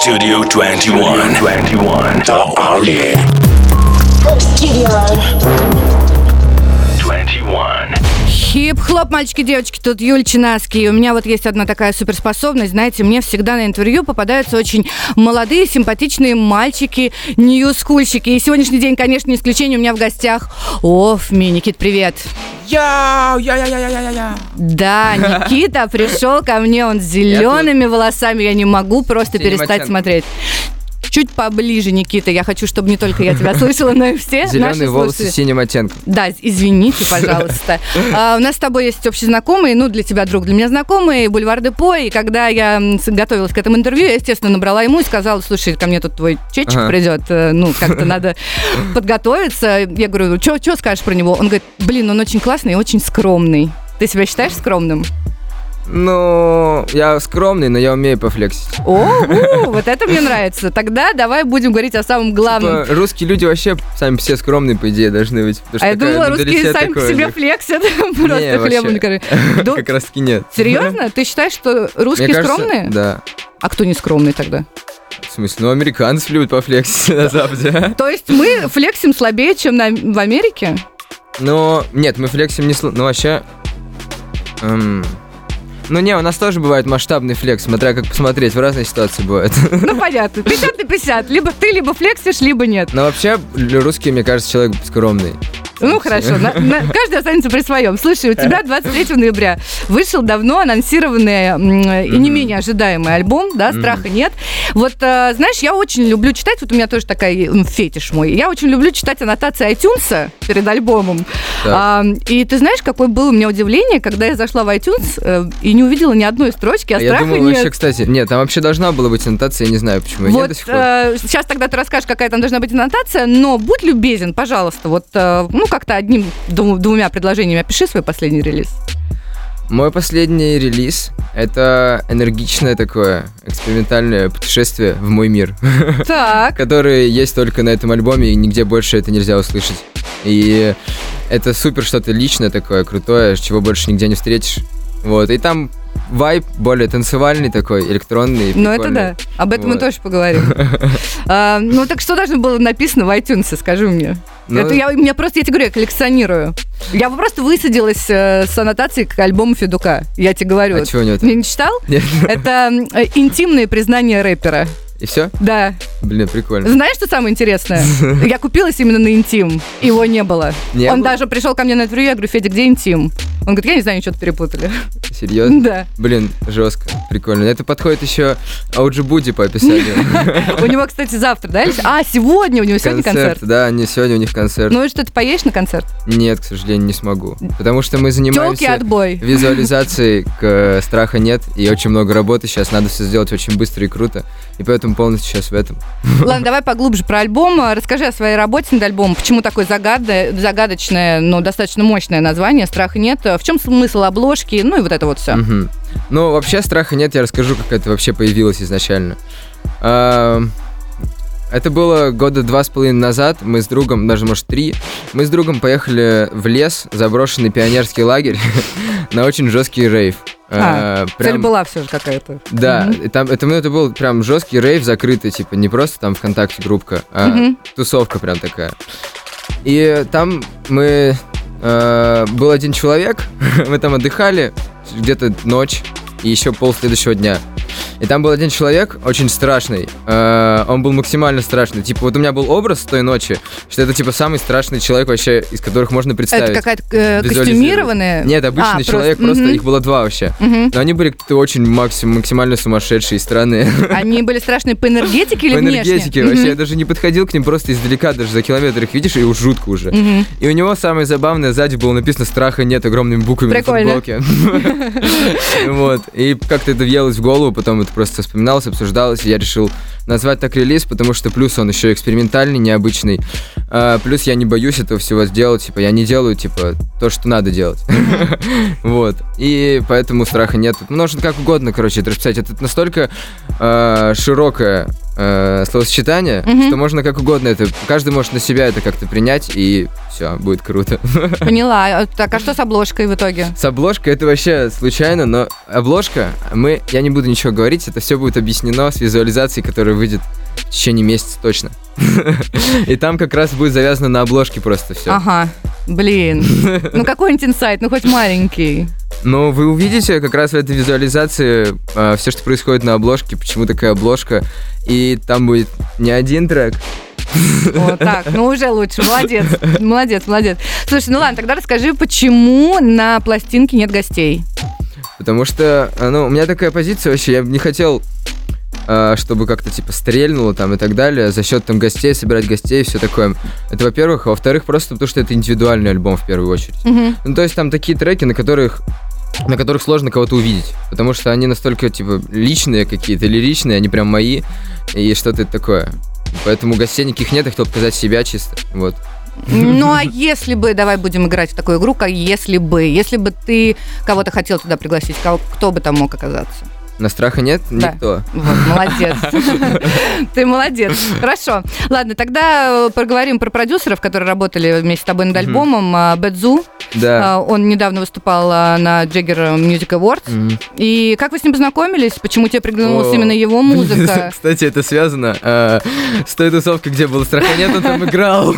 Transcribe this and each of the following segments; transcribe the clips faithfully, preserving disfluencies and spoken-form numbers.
Studio двадцать один. двадцать один. The Army. Studio двадцать один. Хип-хлоп, мальчики, девочки, тут Юль Чинаский. У меня вот есть одна такая суперспособность, знаете, мне всегда на интервью попадаются очень молодые, симпатичные мальчики, нью-скульщики. И сегодняшний день, конечно, не исключение, у меня в гостях Офми. Никит, привет. Яу, я-я-я-я-я-я. Да, Никита пришел ко мне, он с зелеными волосами, я не могу просто перестать смотреть. Чуть поближе, Никита, я хочу, чтобы не только я тебя слышала, но и все Зеленые наши волосы слушатели. с синим оттенком. Да, извините, пожалуйста. А, у нас с тобой есть общий знакомый, ну, для тебя друг, для меня знакомый, Бульвар Депо, и когда я готовилась к этому интервью, я, естественно, набрала ему и сказала: слушай, ко мне тут твой чечек ага. придет, ну, как-то надо подготовиться. Я говорю: что скажешь про него? Он говорит: блин, он очень классный и очень скромный. Ты себя считаешь скромным? Ну, я скромный, но я умею пофлексить. О, у, вот это мне нравится. Тогда давай будем говорить о самом главном. Типа, русские люди вообще сами все скромные, по идее, должны быть. А я думала, русские сами по себе флексят. Просто хлебом не коры. Как раз таки нет. Серьезно? Ты считаешь, что русские скромные? Да. А кто не скромный тогда? В смысле? Ну, американцы любят пофлексить на Западе. То есть мы флексим слабее, чем в Америке? Ну, нет, мы флексим не слабее. Ну, вообще... Ну не, у нас тоже бывает масштабный флекс, смотря как посмотреть, в разные ситуации бывает. Ну понятно, пятьдесят на пятьдесят, либо ты либо флексишь, либо нет. Но вообще русский, мне кажется, человек скромный. Ну хорошо, на, на, каждый останется при своем. Слушай, у тебя двадцать третьего ноября вышел давно анонсированный mm-hmm. и не менее ожидаемый альбом, да, «Страха mm-hmm. нет». Вот, э, знаешь, я очень люблю читать, вот у меня тоже такая ну, фетиш мой, я очень люблю читать аннотации iTunes перед альбомом. А, и ты знаешь, какое было у меня удивление, когда я зашла в iTunes э, и не увидела ни одной строчки, а, а «Страха я думал, нет». Вообще, кстати, нет, там вообще должна была быть аннотация, я не знаю, почему ее вот, нет до сих пор. Э, сейчас тогда ты расскажешь, какая там должна быть аннотация, но будь любезен, пожалуйста, вот, э, ну, как-то одним, двум, двумя предложениями опиши свой последний релиз. Мой последний релиз — это энергичное такое экспериментальное путешествие в мой мир. Так. Которое есть только на этом альбоме, и нигде больше это нельзя услышать. И это супер что-то личное такое, крутое, чего больше нигде не встретишь. Вот, и там вайб более танцевальный такой, электронный. Ну, это да. Об этом вот. Мы тоже поговорим. а, ну, так что должно было написано в iTunes, скажи мне? Ну, это я, я просто, я тебе говорю, я коллекционирую. Я просто высадилась э, с аннотацией к альбому Федука. Я тебе говорю. А чего у него там? Не читал? Нет. Это э, интимные признания рэпера. И все? Да. Блин, прикольно. Знаешь, что самое интересное? Я купилась именно на интим. Его не было. Не Он было? даже пришел ко мне на интервью, я говорю: Федя, где интим? Он говорит: я не знаю, что-то перепутали. Серьезно? Да. Блин, жестко, прикольно. Это подходит еще Ауджи Буди по описанию. У него, кстати, завтра, да? А, сегодня у него сегодня концерт. Да, не сегодня у них концерт. Ну и что, ты поедешь на концерт? Нет, к сожалению, не смогу. Потому что мы занимаемся визуализацией к «Страха нет», и очень много работы сейчас, надо все сделать очень быстро и круто. И поэтому полностью сейчас в этом. Ладно, давай поглубже про альбом. Расскажи о своей работе над альбомом. Почему такое загадное, загадочное, но достаточно мощное название «Страха нет»? В чем смысл обложки? Ну и вот это вот все. Угу. Ну, вообще «Страха нет», я расскажу, как это вообще появилось изначально. Это было года два с половиной назад. Мы с другом, даже, может, три, мы с другом поехали в лес, заброшенный пионерский лагерь, на очень жесткий рейв. А, прям... цель была все же какая-то. Да, mm-hmm. и там, это, это был прям жесткий рейв закрытый, типа не просто там ВКонтакте группка, а mm-hmm. тусовка прям такая. И там мы... Э, был один человек, мы там отдыхали где-то ночь и еще пол следующего дня. И там был один человек, очень страшный. Э, он был максимально страшный. Типа, вот у меня был образ той ночи, что это, типа, самый страшный человек вообще, из которых можно представить. Это какая-то э, костюмированная? Нет, обычный а, человек, просто, просто mm-hmm. их было два вообще. Mm-hmm. Но они были как-то очень максим, максимально сумасшедшие и странные. Они были страшные по энергетике или по внешне? По энергетике. Mm-hmm. Вообще, я даже не подходил к ним, просто издалека, даже за километр их видишь, и уж жутко уже. Mm-hmm. И у него самое забавное, сзади было написано «Страха нет» огромными буквами на футболке. Вот. И как-то это въелось в голову, потом это просто вспоминалось, обсуждалось, и я решил назвать так релиз, потому что плюс он еще экспериментальный, необычный, а, плюс я не боюсь этого всего сделать, типа, я не делаю, типа, то, что надо делать. Вот. И поэтому «Страха нет». Можно как угодно, короче, это расписать. Это настолько широкое э, словосочетание, mm-hmm. что можно как угодно это... Каждый может на себя это как-то принять, и все, будет круто. Поняла. Так, а что с обложкой в итоге? С обложкой это вообще случайно, но обложка, мы, я не буду ничего говорить, это все будет объяснено с визуализацией, которая выйдет в течение месяца точно. И там как раз будет завязано на обложке просто все. Ага, блин. Ну какой-нибудь инсайт, ну хоть маленький. Ну, вы увидите как раз в этой визуализации э, все, что происходит на обложке, почему такая обложка, и там будет не один трек. Вот так, ну уже лучше, молодец, молодец, молодец. Слушай, ну ладно, тогда расскажи, почему на пластинке нет гостей? Потому что, ну, у меня такая позиция вообще, я бы не хотел, э, чтобы как-то типа стрельнуло там и так далее, за счет там гостей, собирать гостей и все такое. Это, во-первых, а во-вторых, просто потому что это индивидуальный альбом в первую очередь. Угу. Ну, то есть там такие треки, на которых на которых сложно кого-то увидеть, потому что они настолько, типа, личные какие-то, лиричные, они прям мои, и что-то такое. Поэтому гостей никаких нет, я хотел показать себя чисто, вот. Ну, а если бы, давай будем играть в такую игру, как если бы, если бы ты кого-то хотел туда пригласить, кого, кто бы там мог оказаться? На страха нет? Да. Никто. Вот, молодец. Ты молодец. Хорошо. Ладно, тогда поговорим про продюсеров, которые работали вместе с тобой над альбомом. Бэдзу. Да. Он недавно выступал на Jagger Music Awards. Mm-hmm. И как вы с ним познакомились? Почему тебе приглянулась именно его музыка? Кстати, это связано э, с той тусовкой, где был страха нет, он там играл.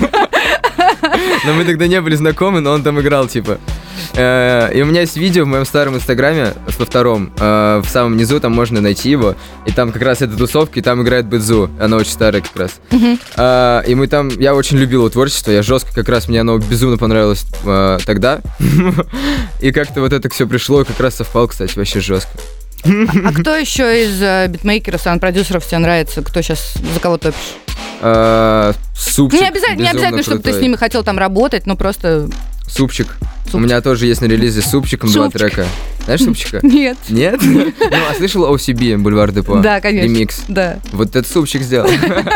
Но мы тогда не были знакомы, но он там играл, типа. Э, и у меня есть видео в моем старом инстаграме, во втором, э, в самом низу, там можно найти его. И там как раз эта тусовка, и там играет Бэдзу. Она очень старая как раз. Uh-huh. Э, и мы там, я очень любил его творчество, я жестко, как раз мне оно безумно понравилось э, тогда. И как-то вот это все пришло, и как раз совпало, кстати, вообще жестко. А кто еще из э, битмейкеров, саунд-продюсеров тебе нравится? Кто сейчас, за кого топишь? Uh, супчик. Не обязательно, не обязательно чтобы ты с ними хотел там работать, но просто... Супчик. Супчик. У меня тоже есть на релизе с Супчиком Супчик. два трека. Знаешь Супчика? Нет. Нет? Ну, а слышал о си би, Бульвар Депо? Да, конечно. Ремикс. Да. Вот этот Супчик сделал.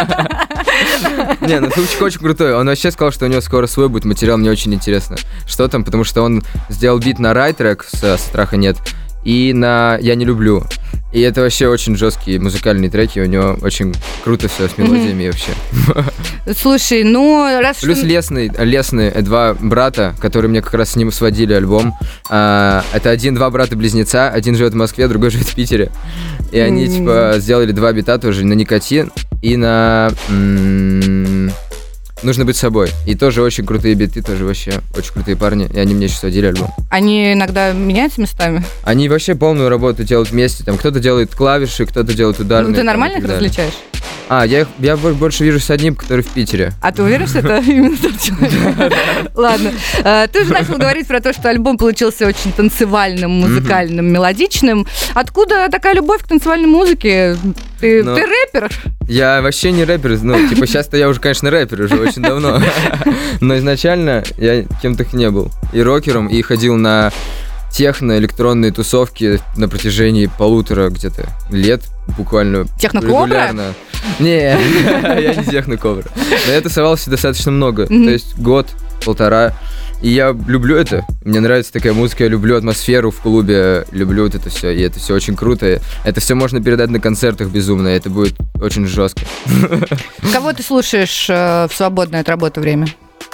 Не, ну Супчик очень крутой. Он вообще сказал, что у него скоро свой будет материал. Мне очень интересно, что там, потому что он сделал бит на Рай трек с «Страха нет» и на «Я не люблю». И это вообще очень жесткие музыкальные треки, у него очень круто все с мелодиями mm-hmm. вообще. Слушай, ну раз Плюс что... Лесный, Лесные два брата, которые мне как раз с ним сводили альбом. А, это один-два брата-близнеца, один живет в Москве, другой живет в Питере. И они mm-hmm. типа сделали два бита тоже на «Никотин» и на... М- «Нужно быть собой». И тоже очень крутые биты, тоже вообще очень крутые парни. И они мне сейчас сводили альбом. Они иногда меняются местами? Они вообще полную работу делают вместе. Там кто-то делает клавиши, кто-то делает ударные. Ну ты нормально их различаешь? А, я, их, я больше вижу с одним, который в Питере. А ты уверен, что это именно тот человек? Ладно. Ты уже начал говорить про то, что альбом получился очень танцевальным, музыкальным, мелодичным. Откуда такая любовь к танцевальной музыке? Ты рэпер? Я вообще не рэпер. Ну, типа, сейчас-то я уже, конечно, рэпер, уже очень давно. Но изначально я кем-то не был. И рокером, и ходил на техно-электронные тусовки на протяжении полутора где-то лет, буквально Техно-кобра? Не, я не техно-кобра. Но я тусовался достаточно много, то есть год, полтора. И я люблю это, мне нравится такая музыка, я люблю атмосферу в клубе, люблю вот это все, и это все очень круто. Это все можно передать на концертах безумно, и это будет очень жестко. Кого ты слушаешь э, в свободное от работы время?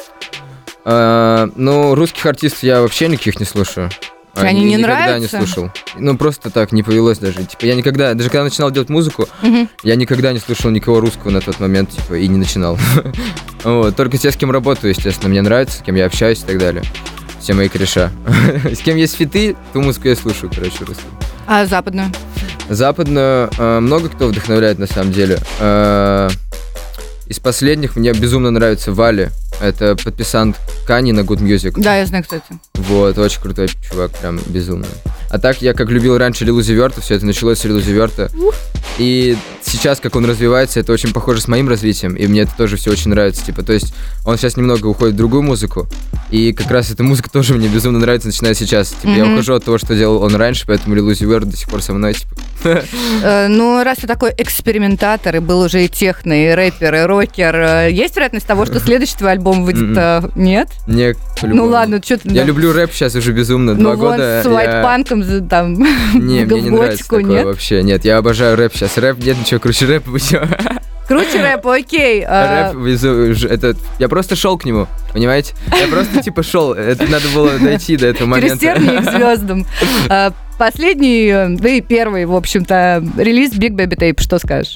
А, ну, русских артистов я вообще никаких не слушаю. Они, Они не никогда нравятся? не слушал. Ну, просто так, не повелось даже. Типа, я никогда, даже когда начинал делать музыку, угу. я никогда не слушал никого русского на тот момент, типа, и не начинал. Вот, только те, с кем работаю, естественно, мне нравится, с кем я общаюсь и так далее. Все мои кореша. С кем есть фиты, ту музыку я слушаю, короче, русскую. А западную? Западную э, много кто вдохновляет, на самом деле. Э, из последних мне безумно нравится Вали. Это подписант Кани на Good Music. Да, я знаю, кстати. Вот, очень крутой чувак, прям безумно. А так, я как любил раньше Лилу Зиверта, все это началось с Лилу Зиверта. И сейчас, как он развивается, это очень похоже с моим развитием, и мне это тоже все очень нравится. Типа, то есть он сейчас немного уходит в другую музыку, и как раз эта музыка тоже мне безумно нравится, начиная сейчас. Типа, mm-hmm. я ухожу от того, что делал он раньше, поэтому Лилу Зиверт до сих пор со мной, типа. Ну, раз ты такой экспериментатор, и был уже и техно, и рэпер, и рокер, есть вероятность того, что следующий твой альбом выйдет? Нет? Не, ну ладно, что ты... Я люблю рэп сейчас уже безумно, два года. Ну вот с вайтпанком там, не, мне не нравится такое вообще. Нет, я обожаю рэп рэп сейчас. Рэп, нет ничего круче рэпа, вы чё? Круче рэпа, окей. Рэп, это... Я просто шел к нему, понимаете? Я просто типа шел. Это надо было дойти до этого момента. Через тернии к звездам. Последний, да и первый, в общем-то, релиз Big Baby Tape. Что скажешь?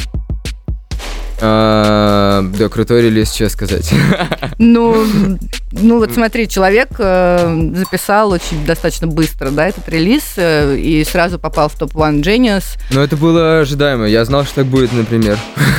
А, да, крутой релиз, что сказать. Ну, ну вот смотри, человек э, записал очень достаточно быстро, да, этот релиз э, и сразу попал в топ один Genius. Ну, это было ожидаемо. Я знал, что так будет, например.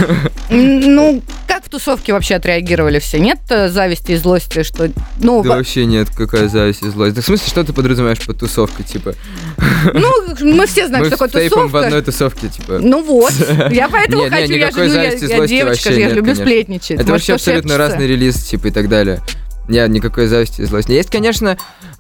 Ну, как в тусовке вообще отреагировали все? Нет зависти и злости, что... Ну, да во... вообще нет, какая зависть и злость. Да, в смысле, что ты подразумеваешь под тусовкой, типа? Ну, мы все знаем, что такое тусовка. Мы в одной тусовке, типа. Ну вот, я поэтому хочу, я же, ну, я девочка, я люблю сплетничать. Это вообще абсолютно разный релиз, типа, и так далее. Нет, никакой зависти и злости. Есть, конечно,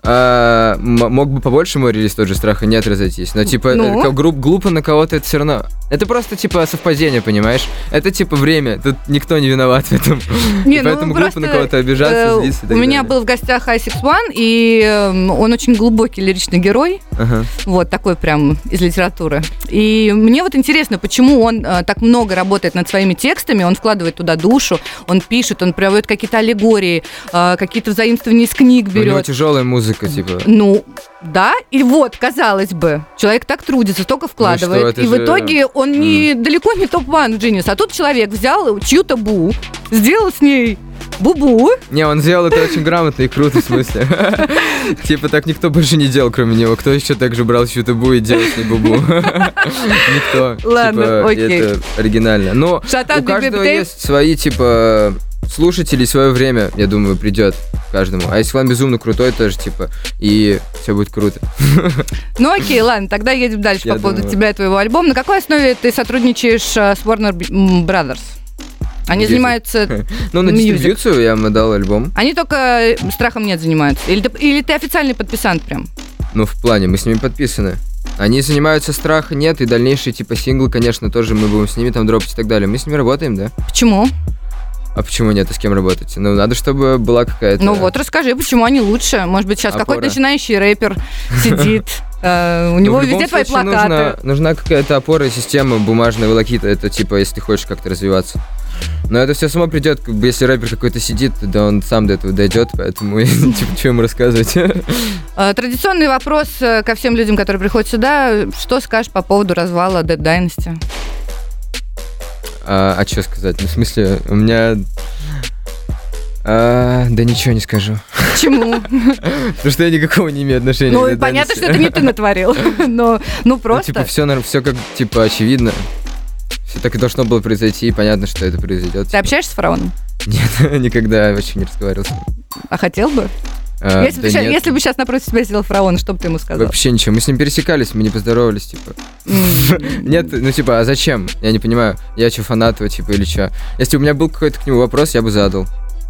э, мог бы побольше мой релиз тот же «Страха нет» разойтись, но, типа, ну? это, груб, глупо на кого-то это все равно. Это просто, типа, совпадение, понимаешь? Это, типа, время, тут никто не виноват в этом. Не, ну, поэтому глупо на кого-то обижаться, злиться и так У далее. меня был в гостях ай сикс один, и он очень глубокий лиричный герой, ага. Вот, такой прям из литературы. И мне вот интересно, почему он так много работает над своими текстами, он вкладывает туда душу, он пишет, он проводит какие-то аллегории, какие-то заимствования из книг берет. У него тяжелая музыка, типа. Ну, да, и вот, казалось бы, человек так трудится, столько вкладывает, ну, и же... в итоге он mm. не, далеко не топ один Genius, а тут человек взял чью-то бу, сделал с ней бу-бу. Не, он сделал это очень грамотно и круто, в смысле. Типа так никто больше не делал, кроме него. Кто еще так же брал чью-то бу и делал с ней бу-бу? Никто. Ладно, окей. Это оригинально. Но у каждого есть свои, типа... слушателей, свое время, я думаю, придет каждому. А если он безумно крутой, тоже, типа, и все будет круто. Ну окей, ладно, тогда едем дальше я по думаю. поводу тебя и твоего альбома. На какой основе ты сотрудничаешь с Warner Brothers? Они Music. занимаются... Ну, на дистрибьюцию я им отдал альбом. Они только «Страхом нет» занимаются? Или ты, или ты официальный подписант прям? Ну, в плане, мы с ними подписаны. Они занимаются «Страха нет», и дальнейшие, типа, синглы, конечно, тоже мы будем с ними там дропать и так далее. Мы с ними работаем, да. Почему? А почему нет? И с кем работать? Ну, надо, чтобы была какая-то... Ну вот, расскажи, почему они лучше? Может быть, сейчас опора. Какой-то начинающий рэпер сидит, у него везде твои плакаты. Нужна какая-то опора, система, бумажная волокита. Это типа, если ты хочешь как-то развиваться. Но это все само придет, как бы, если рэпер какой-то сидит, да он сам до этого дойдет, поэтому, типа, что ему рассказывать? Традиционный вопрос ко всем людям, которые приходят сюда. Что скажешь по поводу развала Dead Dynasty? А, а что сказать? Ну, в смысле, у меня... А, да ничего не скажу. Почему? Потому что я никакого не имею отношения. Ну, и понятно, что это не ты натворил. Но, ну, просто... Ну, типа, все, все как, типа, очевидно. Все так и должно было произойти, и понятно, что это произойдет. Ты типа. общаешься с фараоном? Нет, никогда вообще не разговаривал с ним. А хотел бы? А, если, да бы сейчас, если бы сейчас напротив себя сидел фараон, что бы ты ему сказал? Вообще ничего, мы с ним пересекались, мы не поздоровались, типа. Нет, ну типа, а зачем? Я не понимаю, я что, фанат его, типа, или что? Если у меня был какой-то к нему вопрос, я бы задал.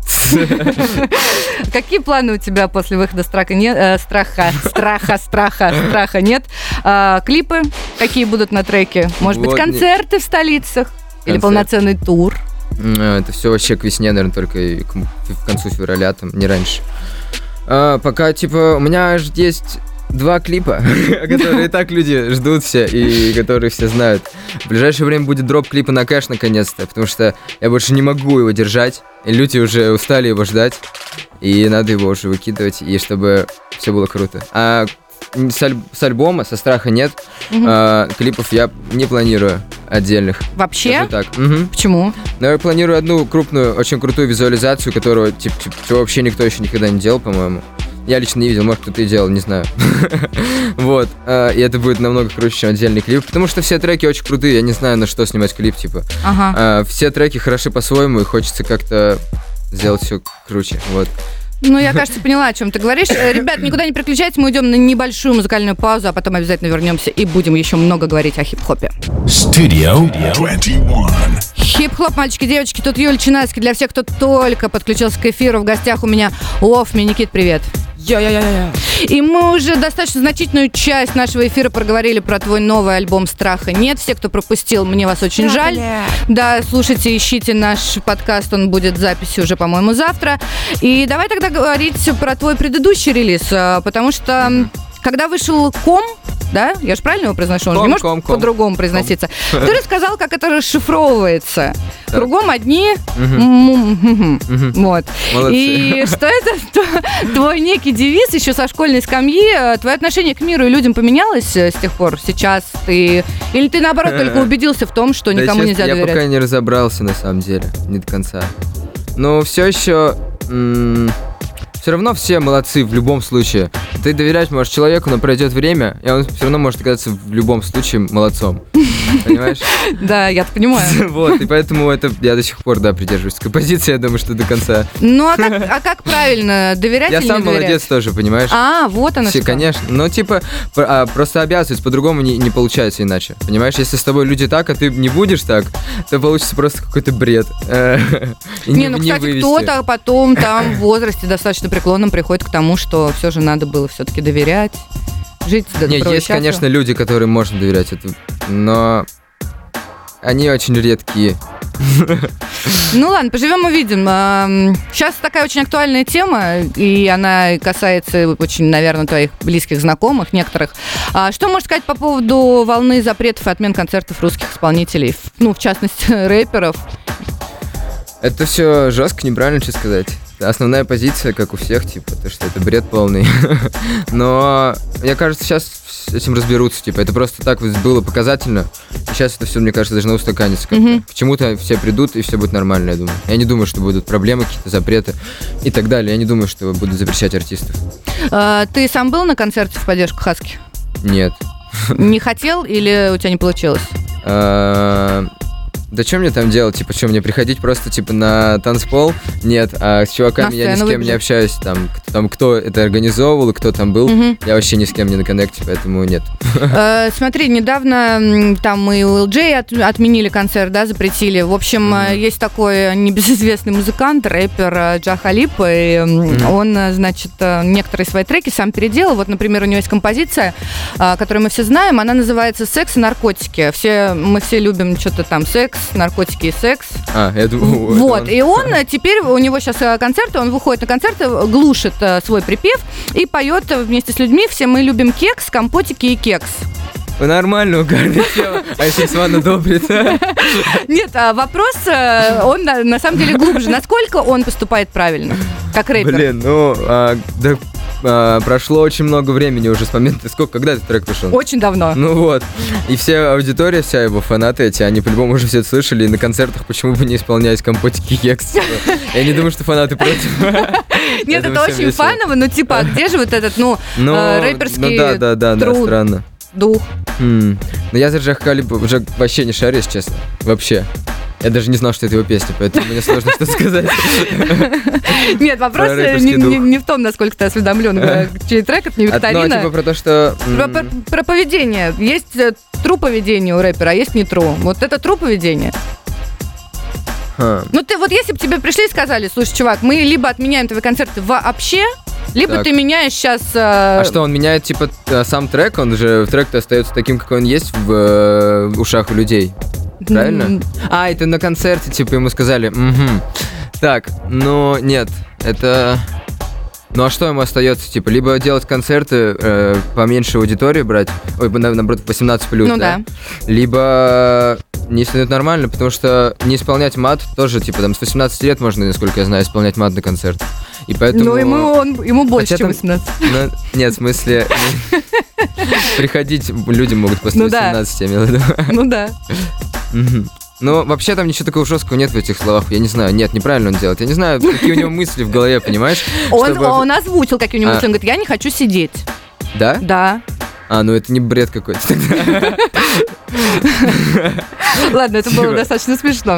Какие планы у тебя после выхода страха нет? Э, страха, страха, страха, страха нет? А, клипы какие будут на треке? Может вот, быть, концерты не... в столицах? Концерт. Или полноценный тур? Это все вообще к весне, наверное, только и к, к концу февраля, там, не раньше. А, пока, типа, у меня есть два клипа, которые и так люди ждут все, и которые все знают. В ближайшее время будет дроп клипа на кэш, наконец-то, потому что я больше не могу его держать, и люди уже устали его ждать, и надо его уже выкидывать, и чтобы все было круто. А с, аль- с альбома «Со страха нет» угу. а, клипов я не планирую отдельных. Вообще? Так. Угу. Почему? Но я планирую одну крупную, очень крутую визуализацию, которую типа, типа, вообще никто еще никогда не делал, по-моему. Я лично не видел, может, кто-то и делал, не знаю. Вот. И это будет намного круче, чем отдельный клип, потому что все треки очень крутые, я не знаю, на что снимать клип, типа. Ага. Все треки хороши по-своему, и хочется как-то сделать все круче, вот. Ну, я, кажется, поняла, о чем ты говоришь. Ребят, никуда не переключайтесь, мы уйдем на небольшую музыкальную паузу, а потом обязательно вернемся и будем еще много говорить о хип-хопе. Studio двадцать один. Хип-хоп, мальчики, девочки, тут Юлия Чинаски. Для всех, кто только подключился к эфиру, в гостях у меня Офми. Никит, привет. Я-я-я-я. И мы уже достаточно значительную часть нашего эфира проговорили про твой новый альбом «Страха нет». Все, кто пропустил, мне вас очень Страха жаль. Нет. Да, слушайте, ищите наш подкаст, он будет в записи уже, по-моему, завтра. И давай тогда говорить про твой предыдущий релиз, потому что... Когда вышел «Ком», Да? Я же правильно его произношу? Он Ком, же не может ком, ком. по-другому произноситься. Ком. Ты рассказал, как это расшифровывается. Так. Кругом одни... Мгм. Мгм. Вот. Молодцы. И что это твой некий девиз еще со школьной скамьи? Твое отношение к миру и людям поменялось с тех пор? Сейчас ты... Или ты, наоборот, только убедился в том, что Да, никому честно, нельзя я доверять? пока не разобрался, на самом деле, не до конца. Но все еще... Все равно все молодцы в любом случае. Ты доверять можешь человеку, но пройдет время, и он все равно может оказаться в любом случае молодцом. Понимаешь? Да, я понимаю. Вот, и поэтому это я до сих пор, да, придерживаюсь такой позиции, я думаю, что до конца. Ну, а как, а как правильно? Доверять Я или сам не доверять? молодец тоже, понимаешь? А, вот оно Все, что. конечно. Но типа пр- а, просто обязывать по-другому не, не получается иначе. Понимаешь, если с тобой люди так, а ты не будешь так, то получится просто какой-то бред. Э, и Не, ну, кстати, вывести. кто-то потом там в возрасте достаточно преклонном приходит к тому, что все же надо было все-таки доверять, жить до Не, есть, конечно, люди, которым можно доверять, это, но они очень редкие. Ну ладно, поживем увидим. Сейчас такая очень актуальная тема, и она касается очень, наверное, твоих близких знакомых, некоторых. А что можешь сказать по поводу волны запретов и отмен концертов русских исполнителей? Ну, в частности, рэперов. Это все жестко, неправильно что сказать. Основная позиция, как у всех, типа, то, что это бред полный. Но мне кажется, сейчас с этим разберутся, типа, это просто так вот было показательно. И сейчас это все, мне кажется, должно устаканиться как-то. Мгм. К чему-то все придут, и все будет нормально, я думаю. Я не думаю, что будут проблемы, какие-то запреты и так далее. Я не думаю, что будут запрещать артистов. А, Ты сам был на концерте в поддержку Хаски? Нет. Не хотел или у тебя не получилось? А, Да что мне там делать? Типа, что, мне приходить просто, типа, на танцпол? Нет, а с чуваками На я ни с сцену кем не выбежать. общаюсь. Там, кто, там, кто это организовывал и кто там был, Мгм. я вообще ни с кем не на коннекте, поэтому нет. Э, Смотри, недавно м, там мы у эл джей от- отменили концерт, да, запретили. В общем, Мгм. э, есть такой небезызвестный музыкант, рэпер э, Джа Халиб, и м, Мгм. он, э, значит, э, некоторые свои треки сам переделал. Вот, например, у него есть композиция, э, которую мы все знаем, она называется «Секс и наркотики». Все, мы все любим что-то там секс, наркотики и секс. А, я думаю... это Вот, он. и он э, теперь, у него сейчас э, концерты, он выходит на концерты, глушит э, свой припев и поет э, вместе с людьми «Все мы любим кекс, компотики и кекс». Вы нормально, угарная тема. А если Сван одобрит? Нет, а вопрос, э, он на, на самом деле глубже. Насколько он поступает правильно, как рэпер? Блин, ну, а, да, а, прошло очень много времени уже с момента... Сколько, когда этот трек вышел? Очень давно. Ну вот. И вся аудитория, вся его фанаты эти, они по-любому уже все это слышали. И на концертах почему бы не исполнять компотики кекс? Я не думаю, что фанаты против. Нет, Я это думаю, всем очень весело. фаново, но типа, а где же вот этот, ну, Ну, э, рэперский ну да, да, да, да, труд, странно. дух? М. Но я за Джа Халиб уже вообще не шарю, если честно. Вообще. Я даже не знал, что это его песня, поэтому мне сложно что сказать. Нет, вопрос Про э, рэперский не, не- дух. не в том, насколько ты осведомлен, э, чей трек, это не А, Ну, викторина. типа про то, что... м, Про, про- про поведение. Есть э, true поведение у рэпера, а есть не true. Вот это true поведение. ха. Ну, ты вот если бы тебе пришли и сказали, слушай, чувак, мы либо отменяем твои концерты вообще, либо Так. ты меняешь сейчас... А что, он меняет, типа, э, сам трек? Он же, трек-то остается таким, какой он есть в э, ушах у людей. Правильно? А, это на концерте, типа, ему сказали, угу. Так, ну, нет, это... Ну, а что ему остается, типа, либо делать концерты, э, поменьше аудитории брать, ой, на- наоборот, восемнадцать плюс, Ну да? Либо не становится нормально, потому что не исполнять мат тоже, типа, там, с восемнадцати лет можно, насколько я знаю, исполнять мат на концерт. И поэтому... Ну, ему, он, ему больше, Хотя чем там- восемнадцать. Ну, нет, в смысле, приходить людям могут после Ну да. восемнадцати, я имел в виду. Ну да. Мгм. Ну, вообще там ничего такого жесткого нет в этих словах. Я не знаю, нет, неправильно он делает. Я не знаю, какие у него мысли в голове, понимаешь? Он, Чтобы- он озвучил, какие у него А. мысли. Он говорит, я не хочу сидеть. Да? Да. А, ну это не бред какой-то. тогда. Ладно, это было Типа. достаточно смешно.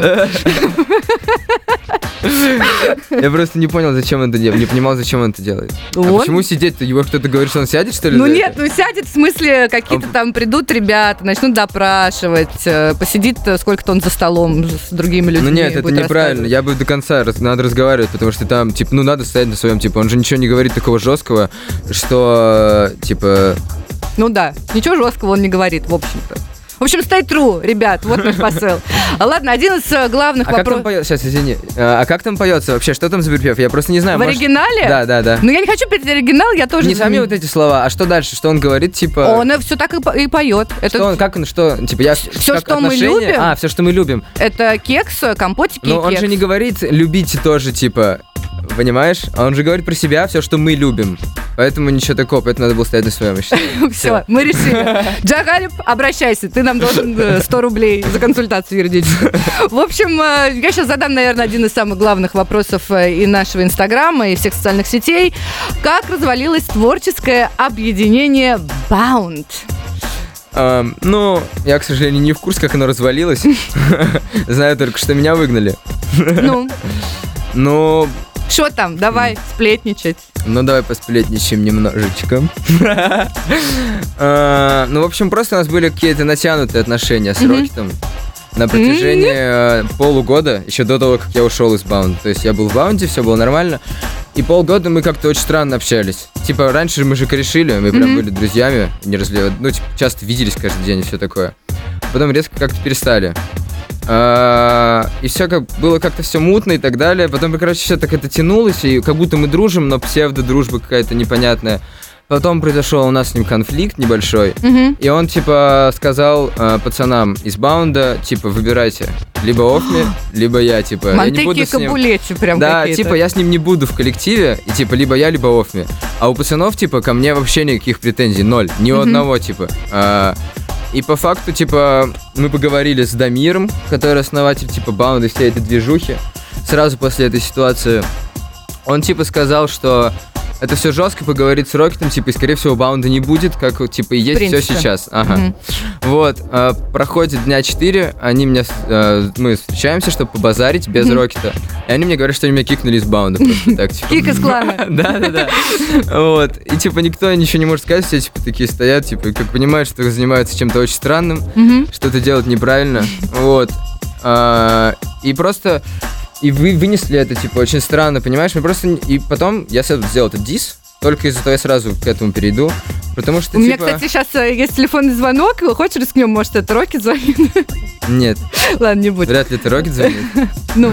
Я просто не понял, зачем он это делает. Не понимал, зачем он это делает. А Он? почему сидеть-то? Его кто-то говорит, что он сядет, что ли? Ну за нет, это? ну сядет, в смысле, какие-то А- там придут ребята, начнут допрашивать, э, посидит э, сколько-то он за столом с другими людьми. Ну нет, это будет неправильно. рассказывать. Я бы до конца раз- надо разговаривать, потому что там, типа, ну надо стоять на своем, типа, он же ничего не говорит такого жесткого, что, типа, Ну да, ничего жесткого он не говорит, в общем-то. В общем, stay true, ребят, вот наш посыл. Ладно, один из главных а вопросов... как там поется? Сейчас, извини. А как там поется вообще? Что там за припев? Я просто не знаю. В может... оригинале? Да, да, да. Ну, я не хочу петь оригинал, я тоже... Не сами вот эти слова, а что дальше? Что он говорит, типа... Он все так и, по- и поет. Это... Что он, как он, что, типа, я... Все, как что мы отношения? любим. А, все, что мы любим. Это кекс, компотики Но и он кекс. же не говорит «любите тоже», типа... Понимаешь? А он же говорит про себя все, что мы любим. Поэтому ничего такого, поэтому надо было стоять на своем. Все, мы решили. Джагалип, обращайся, ты нам должен сто рублей за консультацию юридическую. В общем, я сейчас задам, наверное, один из самых главных вопросов и нашего Инстаграма, и всех социальных сетей. Как развалилось творческое объединение Bound? Um, ну, я, к сожалению, не в курсе, как оно развалилось. Знаю только, что меня выгнали. Ну? Ну... Что там? Давай сплетничать. Ну, давай посплетничаем немножечко. Ну, в общем, просто у нас были какие-то натянутые отношения с Рокетом на протяжении полугода, еще до того, как я ушел из Bound. То есть я был в Bound, все было нормально. И полгода мы как-то очень странно общались. Типа, раньше мы же корешили, мы прям были друзьями, не разли... ну, типа, часто виделись каждый день и все такое. Потом резко как-то перестали. А, и все как было как-то все мутно и так далее. Потом, короче, все так это тянулось, и как будто мы дружим, но псевдо-дружба какая-то непонятная. Потом произошел у нас с ним конфликт небольшой, mm-hmm. и он, типа, сказал э, пацанам из Баунда, типа, выбирайте, либо Офми, либо я, типа. Мантеки я не буду с ним... Кабулечи прям да, какие-то. типа, я с ним не буду в коллективе, и, типа, либо я, либо Офми. А у пацанов, типа, ко мне вообще никаких претензий, ноль, ни у mm-hmm. одного, типа. А, и по факту, типа, мы поговорили с Дамиром, который основатель, типа, Баунда и всей этой движухи. Сразу после этой ситуации он, типа, сказал, что это все жестко, поговорить с Рокетом, типа, и, скорее всего, Баунда не будет, как, типа, и есть все сейчас. Ага. Mm-hmm. Вот, э, проходит дня четыре, они меня, э, мы встречаемся, чтобы побазарить без mm-hmm. Рокета, и они мне говорят, что они меня кикнули из Баунда, просто так, типа. Кик из клана. Да-да-да. Вот, и, типа, никто ничего не может сказать, все, типа, такие стоят, типа, и как понимают, что занимаются чем-то очень странным, что-то делают неправильно, вот. И просто... И вы вынесли это, типа, очень странно, понимаешь? Мы просто... И потом я сделал этот дис, только из-за того я сразу к этому перейду, потому что, У типа... меня, кстати, сейчас есть телефонный звонок, хочешь рискнем, может, это Рокет звонит? Нет. Ладно, не будет. Вряд ли это Рокет звонит. Ну.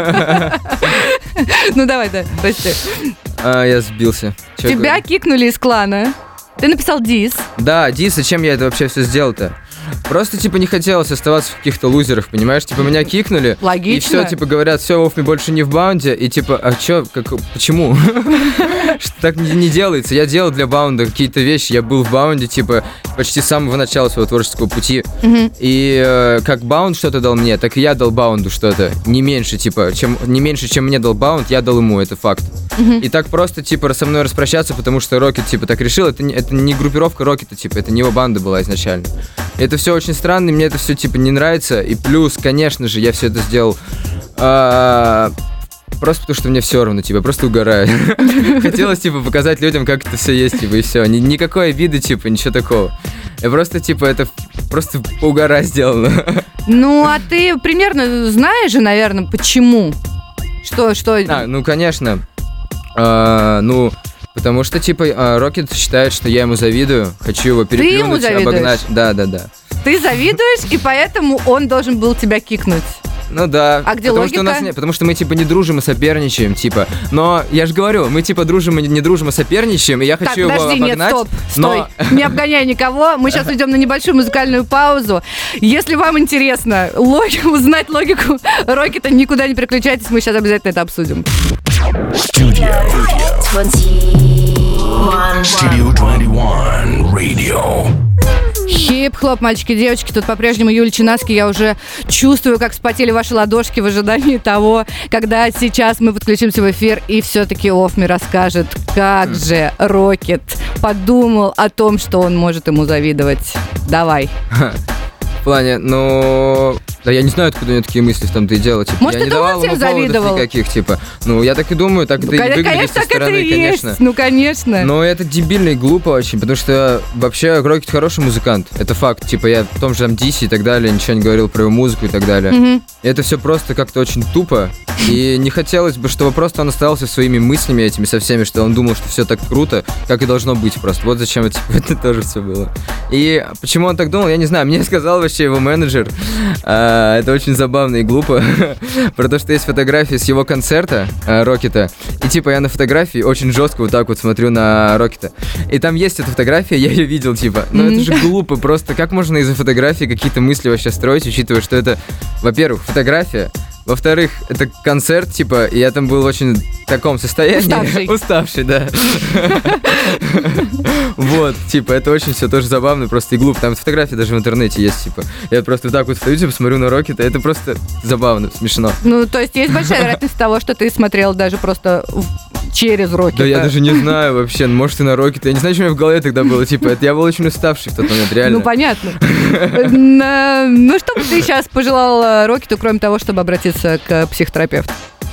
Ну, давай, да, прости. А, я сбился. Тебя кикнули из клана. Ты написал дис. Да, дис, зачем я это вообще все сделал-то? Просто, типа, не хотелось оставаться в каких-то лузерах, понимаешь? Типа, меня кикнули. Логично. И все, типа, говорят, все, Офми больше не в Баунде. И, типа, а чё, как, почему? Что так не делается? Я делал для Баунда какие-то вещи. Я был в Баунде, типа, почти с самого начала своего творческого пути. И как Баунд что-то дал мне, так и я дал Баунду что-то. Не меньше, типа, чем не меньше, чем мне дал Баунд, я дал ему, это факт. И так просто, типа, со мной распрощаться, потому что Рокет, типа, так решил. Это, это не группировка Рокета, типа, это не его банда была изначально. Это все очень странно, и мне это все, типа, не нравится. И плюс, конечно же, я все это сделал а, просто потому, что мне все равно, типа, просто угораю. Хотелось, типа, показать людям, как это все есть, типа, и все. Никакой обиды, типа, ничего такого. Я просто, типа, это просто поугора сделано. Ну, а ты примерно знаешь же, наверное, почему? Что, что? А, ну, конечно. А, ну... Потому что, типа, Рокет считает, что я ему завидую, хочу его переплюнуть, обогнать. Да, да, да. Ты завидуешь, и поэтому он должен был тебя кикнуть. Ну да. А где потому логика? Что у нас не, потому что мы, типа, не дружим и соперничаем, типа. Но я же говорю, мы, типа, дружим и не дружим и соперничаем, и я хочу так, его подожди, обогнать. Нет, стоп, стой, но... не обгоняй никого. Мы сейчас идем на небольшую музыкальную паузу. Если вам интересно логику, узнать логику Рокета, никуда не переключайтесь, мы сейчас обязательно это обсудим. Studio Studio двадцать один Radio. Хип-хлоп, мальчики и девочки, тут по-прежнему Юлия Чинаски. Я уже чувствую, как вспотели ваши ладошки в ожидании того, когда сейчас мы подключимся в эфир и все-таки Офми расскажет, как же Рокет подумал о том, что он может ему завидовать. Давай. В плане, ну... Да я не знаю, откуда у меня такие мысли в том-то и дело. Типа, Может, я не это давал он тебе ему поводов завидовал? никаких, типа. Ну, я так и думаю, так это ну, и выглядит конечно, со стороны, это и конечно. Есть. Ну, конечно. Но это дебильно и глупо очень, потому что вообще Рокет хороший музыкант. Это факт. Типа, я в том же там Дисе и так далее, ничего не говорил про его музыку и так далее. Mm-hmm. И это все просто как-то очень тупо. И не хотелось бы, чтобы просто он оставался своими мыслями этими со всеми, что он думал, что все так круто, как и должно быть просто. Вот зачем это, это тоже все было. И почему он так думал, я не знаю. Мне сказал вообще вообще его менеджер. А, это очень забавно и глупо. Про то, что есть фотографии с его концерта а, Рокета. И типа я на фотографии очень жестко вот так вот смотрю на Рокета. И там есть эта фотография, я ее видел, типа. Но mm-hmm. это же глупо просто. Как можно из-за фотографии какие-то мысли вообще строить, учитывая, что это, во-первых, фотография. Во-вторых, это концерт, типа, и я там был очень в таком состоянии. Уставший. Уставший, да. Вот, типа, это очень все тоже забавно, просто и глупо. Там фотографии даже в интернете есть, типа. Я просто так вот стою, типа, смотрю на Рокета, это просто забавно, смешно. Ну, то есть есть большая вероятность того, что ты смотрел даже просто через Рокета. Да я даже не знаю вообще, может и на Рокета. Я не знаю, что у меня в голове тогда было, типа, это я был очень уставший в тот момент, реально. Ну, понятно. Ну, что бы ты сейчас пожелал Рокету, кроме того, чтобы обратиться к психотерапевту?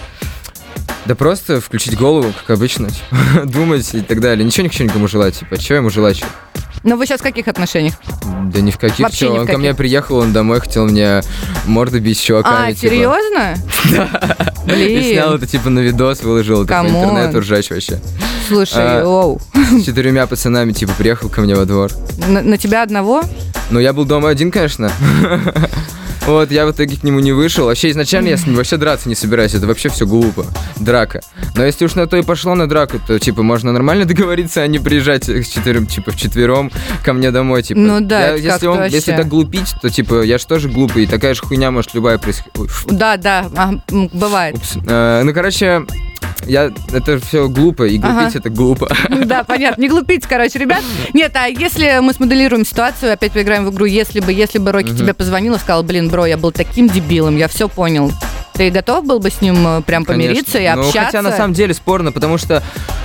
Да просто включить голову, как обычно, типа, думать и так далее. Ничего ничего никому желать, типа, чего ему желать? Чего? Ну вы сейчас в каких отношениях? Да ни в каких. Вообще Чё, ни в он каких. ко мне приехал, он домой хотел мне морду бить с чуваками. А, типа. серьезно? Да. Блин. И снял это типа на видос, выложил это по Камон. интернету, ржач вообще. Слушай, А, оу. С четырьмя пацанами, типа, приехал ко мне во двор. На, на тебя одного? Ну, я был дома один, конечно. Вот, я в итоге к нему не вышел. Вообще, изначально я с ним вообще драться не собираюсь. Это вообще все глупо. Драка. Но если уж на то и пошло на драку, то, типа, можно нормально договориться, а не приезжать с четырем, типа, вчетвером ко мне домой, типа. Ну да, Я, это если, он, вообще. если так глупить, то, типа, я же тоже глупый. И такая же хуйня может любая происходить. Да, да, а, м, бывает. Упс. Э, ну, короче, я, это все глупо, и глупить Ага. это глупо. Да, понятно. Не глупите, короче, ребят. Нет, а если мы смоделируем ситуацию, опять поиграем в игру, если бы, если бы Рокки тебе позвонил и сказал, блин, бро, я был таким дебилом, я все понял. Ты готов был бы с ним э, прям помириться и Конечно. Ну, общаться? хотя на самом деле спорно, потому что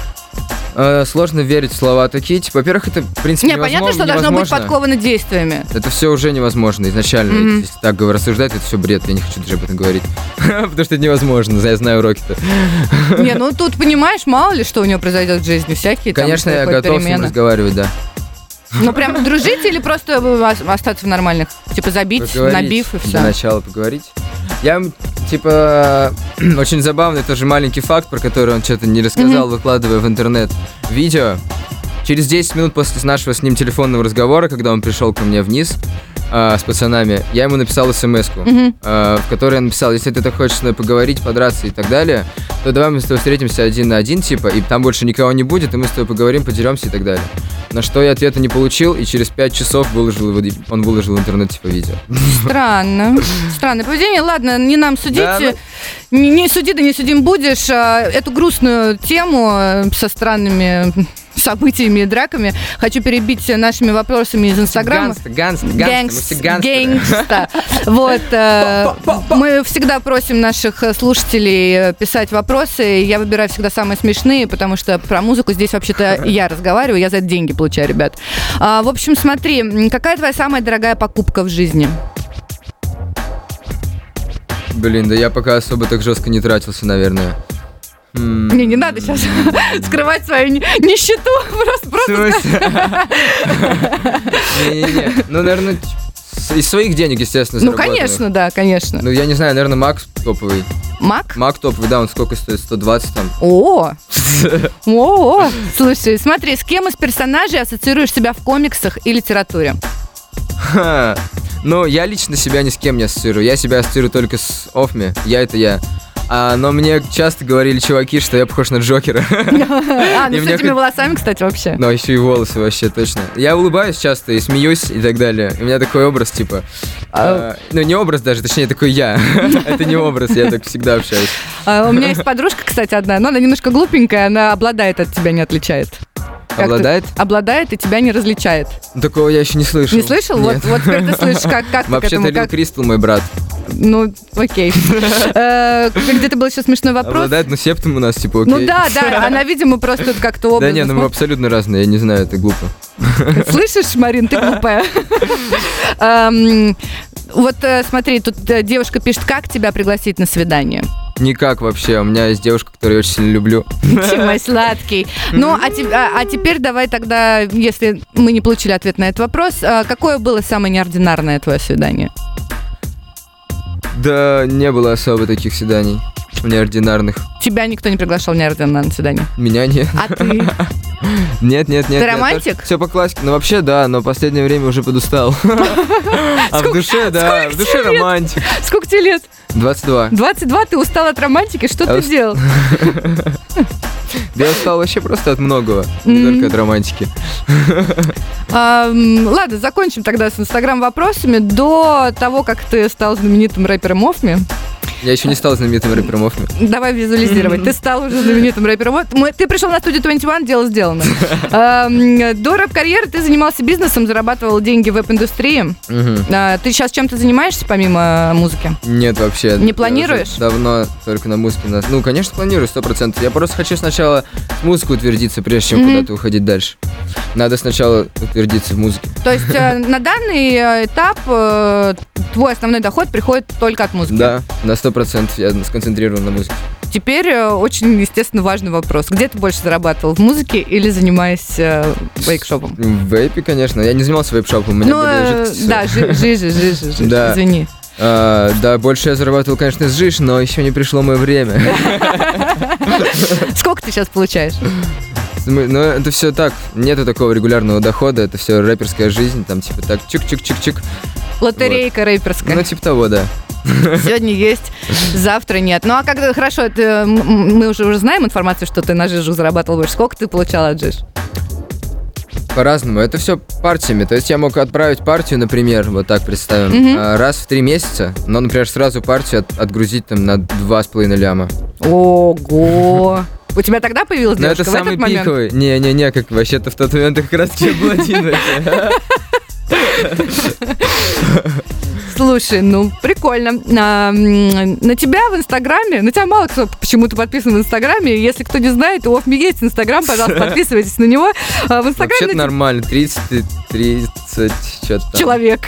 э, сложно верить в слова такие. Типа, во-первых, это, в принципе, Не, невозможно. понятно, что должно быть невозможно. подковано действиями. Это все уже невозможно изначально. Мгм. Если так говорю, рассуждать, это все бред. Я не хочу даже об этом говорить. Потому что это невозможно. Я знаю Рокета. Не, ну тут, понимаешь, мало ли что у него произойдет в жизни, всякие там Конечно, я происходят готов с ним перемены. разговаривать, да. Ну, прям дружить или просто э, остаться в нормальных? Типа забить, Поговорить. набив и Для все. начала поговорить. Я, типа, очень забавный тоже маленький факт, про который он что-то не рассказал, выкладывая в интернет видео. Через десять минут после нашего с ним телефонного разговора, когда он пришел ко мне вниз а, с пацанами, я ему написал смс-ку, а, в которой я написал, если ты так хочешь с мной поговорить, подраться и так далее, то давай мы с тобой встретимся один на один, типа, и там больше никого не будет, и мы с тобой поговорим, подеремся и так далее. На что я ответа не получил, и через пять часов выложил, его- он выложил в интернет, типа, видео. Странно. Странное поведение. Ладно, не нам судить. Да, ну- Не, не суди, да не судим будешь. А, Эту грустную тему э, со странными событиями и драками хочу перебить нашими вопросами из Инстаграма. Ганста, ганста, ганста, мы все гангстеры. Гэнгста. Вот. э, Мы всегда просим наших э, слушателей э, писать вопросы. Я выбираю всегда самые смешные, потому что про музыку здесь вообще-то я разговариваю, я за это деньги получаю, ребят. А, В общем, смотри, м, какая твоя самая дорогая покупка в жизни? Блин, да я пока особо так жестко не тратился, наверное. М, Не, не надо сейчас скрывать свою ни- нищету. Просто, В просто. смысле? Не-не-не. Ну, наверное, с- из своих денег, естественно, Ну, заработанных. конечно, да, конечно. Ну, я не знаю, наверное, Мак топовый. Мак? Мак топовый, да, он сколько стоит? сто двадцать там. О, о, слушай, смотри, с кем из персонажей ассоциируешь себя в комиксах и литературе? Ха. Ну, я лично себя ни с кем не ассоциирую. Я себя ассоциирую только с Офми. Я — это я. А, но мне часто говорили чуваки, что я похож на Джокера. А, ну И с мне этими хоть- волосами, кстати, вообще. Но еще и волосы вообще, точно. Я улыбаюсь часто и смеюсь и так далее. У меня такой образ, типа... А- а, ну, не образ даже, точнее, такой я. Это не образ, я так всегда общаюсь. А, У меня есть подружка, кстати, одна, но она немножко глупенькая, она обладает, от тебя не отличает. Как ты- Обладает? Обладает и тебя не различает. Такого я еще не слышал. Не слышал? Вот, Нет. вот теперь ты слышишь, как, как ты к Вообще-то этому... Лил Как... Кристал мой брат. Ну, окей. Э, Где-то был еще смешной вопрос. Обладает, ну, септом у нас, типа, окей. Ну да, да, она, видимо, просто как-то образно Да не, ну мы смотрит. абсолютно разные, я не знаю, это глупо. Слышишь, Марин, ты глупая. Эм, Вот э, смотри, тут э, девушка пишет, как тебя пригласить на свидание. Никак вообще, у меня есть девушка, которую я очень сильно люблю. Ты мой сладкий. Ну, а, те- а- а теперь давай тогда, если мы не получили ответ на этот вопрос, а какое было самое неординарное твое свидание? Да не было особо таких свиданий. неординарных. Тебя никто не приглашал в неординарное свидание? Меня нет. А ты? Нет, нет, нет. Ты романтик? Все по классике. Ну, вообще, да, но в последнее время уже подустал. А в душе, да, в душе романтик. Сколько тебе лет? двадцать два. двадцать два, ты устал от романтики? Что ты делал? Да я устал вообще просто от многого, не только от романтики. Ладно, закончим тогда с инстаграм-вопросами. До того, как ты стал знаменитым рэпером Офми, я еще не стал знаменитым рэпером Офми. Давай визуализировать. Ты стал уже знаменитым рэпером. Ты пришел на студию двадцать один, дело сделано. До рэп-карьеры ты занимался бизнесом, зарабатывал деньги в веб-индустрии. Ты сейчас чем-то занимаешься помимо музыки? Нет, вообще. Не планируешь? Давно только на музыке. Ну, конечно, планирую, сто процентов. Я просто хочу сначала в музыку утвердиться, прежде чем куда-то уходить дальше. Надо сначала утвердиться в музыке. То есть на данный этап твой основной доход приходит только от музыки? Да, на сто процентов я сконцентрирован на музыке. Теперь очень, естественно, важный вопрос. Где ты больше зарабатывал, в музыке или занимаясь э, вейп-шопом? В вейпе, конечно. Я не занимался вейп-шопом, у меня ну, были жидкости. Да, жижи, жижи, жижи, да. Извини. А, да, больше я зарабатывал, конечно, с жиж, но еще не пришло мое время. Сколько ты сейчас получаешь? Ну, это все так, нету такого регулярного дохода, это все рэперская жизнь, там типа так чик-чик-чик-чик. Лотерейка вот. Рэперская. Ну, типа того, да. Сегодня есть, завтра нет. Ну, а когда, хорошо, это, мы уже, уже знаем информацию, что ты на жижу зарабатывал больше. Сколько ты получал от жиж? По-разному. Это все партиями. То есть я мог отправить партию, например, вот так представим, mm-hmm. раз в три месяца, но, например, сразу партию от, отгрузить там на два с половиной ляма. Ого! У тебя тогда появилась девушка это в самый этот момент? пиковый. Не-не-не, как вообще-то в тот момент как раз я был один. Слушай, ну, прикольно. А, на тебя в Инстаграме, на тебя мало кто почему-то подписан в Инстаграме. Если кто не знает, у Офми есть Инстаграм, пожалуйста, подписывайтесь на него. А в Инстаграме вообще-то нормально, тридцать, тридцать, что-то там. Человек.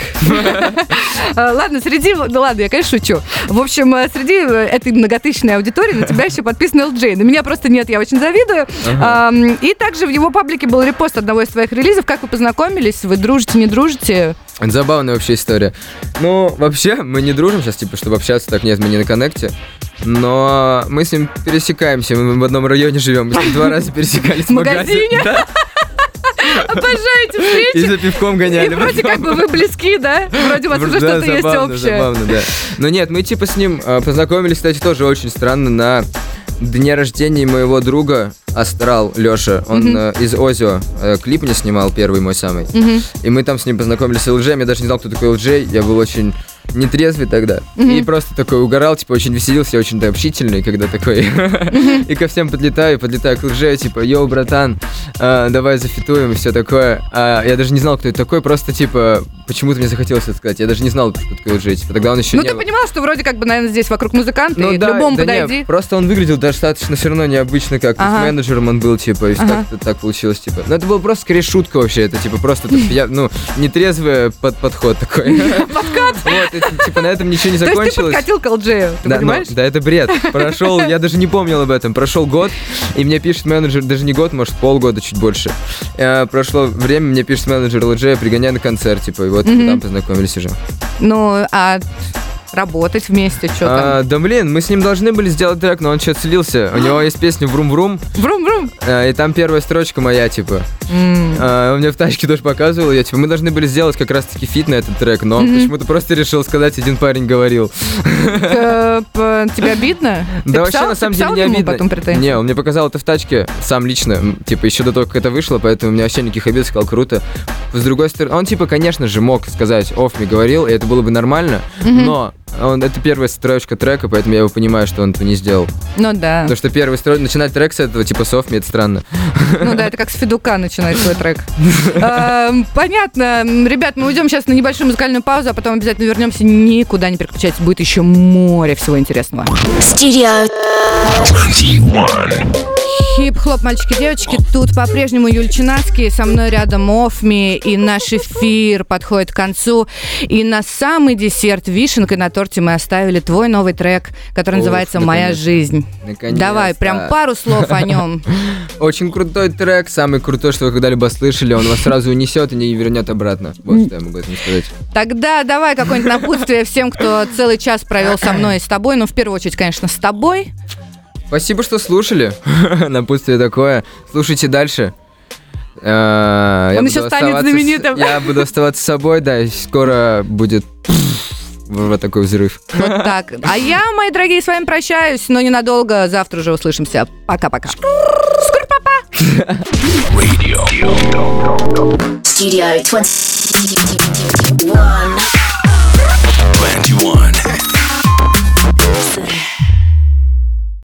Ладно, среди... Да ладно, я, конечно, шучу. В общем, среди этой многотысячной аудитории на тебя еще подписан эл джей. На меня просто нет, я очень завидую. И также в его паблике был репост одного из твоих релизов. Как вы познакомились? Вы дружите, не дружите? Это забавная вообще история. Ну, вообще, мы не дружим сейчас, типа, чтобы общаться, так нет, мы не на коннекте. Но мы с ним пересекаемся, мы в одном районе живем. Мы с ним два раза пересекались в магазине. Да. Обожаете встречи. И за пивком гоняли. И вроде как бы вы близки, да? Вроде у вас уже да, что-то забавно, есть общее. Забавно, да. Но нет, мы типа с ним познакомились, кстати, тоже очень странно, на дне рождения моего друга Астрал Лёша, он mm-hmm. э, из Озио, э, клип мне снимал, первый мой самый. Mm-hmm. И мы там с ним познакомились с эл джей, я даже не знал, кто такой эл джей, я был очень нетрезвый тогда. Mm-hmm. И просто такой угорал, типа очень веселился, я очень общительный, когда такой. Mm-hmm. И ко всем подлетаю, подлетаю к эл джей, типа, йоу, братан, э, давай зафитуем и все такое. А я даже не знал, кто это такой, просто типа, почему-то мне захотелось это сказать. Я даже не знал, кто такой эл джей, типа, тогда он еще ну, не ты был. понимал, что вроде как бы, наверное, здесь вокруг музыканта, ну, и да, к любому да подойди. Нет, просто он выглядел достаточно все равно необычно, как ага. менеджером он был, типа, и ага. так, так получилось, типа. Но это было просто скорее шутка вообще, это типа просто, я, ну, нетрезвый под, подход такой. Подкат? Вот, и, типа, на этом ничего не закончилось. То есть ты подкатил к эл джей, ты да, понимаешь? Ну, да, это бред. Прошел, я даже не помнил об этом, прошел год, и мне пишет менеджер, даже не год, может, полгода, чуть больше. А, прошло время, мне пишет менеджер эл джей, пригоняй на концерт, типа, и вот mm-hmm. там познакомились уже. Ну, а... работать вместе, что там? А, да блин, мы с ним должны были сделать трек, но он что-то слился. У него есть песня «Врум-врум». «Врум-врум». А, и там первая строчка моя, типа. Mm. А, он мне в тачке тоже показывал. Я, типа, мы должны были сделать как раз-таки фит на этот трек, но он mm-hmm. почему-то просто решил сказать, один парень говорил. Тебе обидно? Да вообще, на самом деле, не обидно. Не, он мне показал это в тачке, сам лично, типа, еще до того, как это вышло, поэтому у меня вообще никаких обид, сказал, круто. С другой стороны, он, типа, конечно же, мог сказать, Офми говорил, и это было бы нормально, но он, это первая строчка трека, поэтому я его понимаю, что он это не сделал. Ну да. Потому что первый строчка, начинать трек с этого, типа, с Офми, это странно. Ну да, это как с Федука начинать свой трек. Понятно. Ребят, мы уйдем сейчас на небольшую музыкальную паузу, а потом обязательно вернемся. Никуда не переключайтесь, будет еще море всего интересного. Стерео. Хип-хлоп, мальчики, девочки, тут по-прежнему Юль Чинацкий, со мной рядом Офми, и наш эфир подходит к концу. И на самый десерт, вишенкой на торте, мы оставили твой новый трек, который Ох, называется «Моя наконец. жизнь». Наконец-то. Давай, прям пару слов о нем. Очень крутой трек, самый крутой, что вы когда-либо слышали, он вас сразу унесет и не вернет обратно. Вот что я могу этому сказать. Тогда давай какое-нибудь напутствие всем, кто целый час провел со мной и с тобой. Ну, в первую очередь, конечно, с тобой. Спасибо, что слушали. Напутствие такое. Слушайте дальше. А, Он еще станет знаменитым. С... Я буду оставаться собой, да, и скоро будет вот такой взрыв. Вот так. А я, мои дорогие, с вами прощаюсь, но ненадолго. Завтра уже услышимся. Пока-пока. Скур-папа. Radio. Studio twenty-one.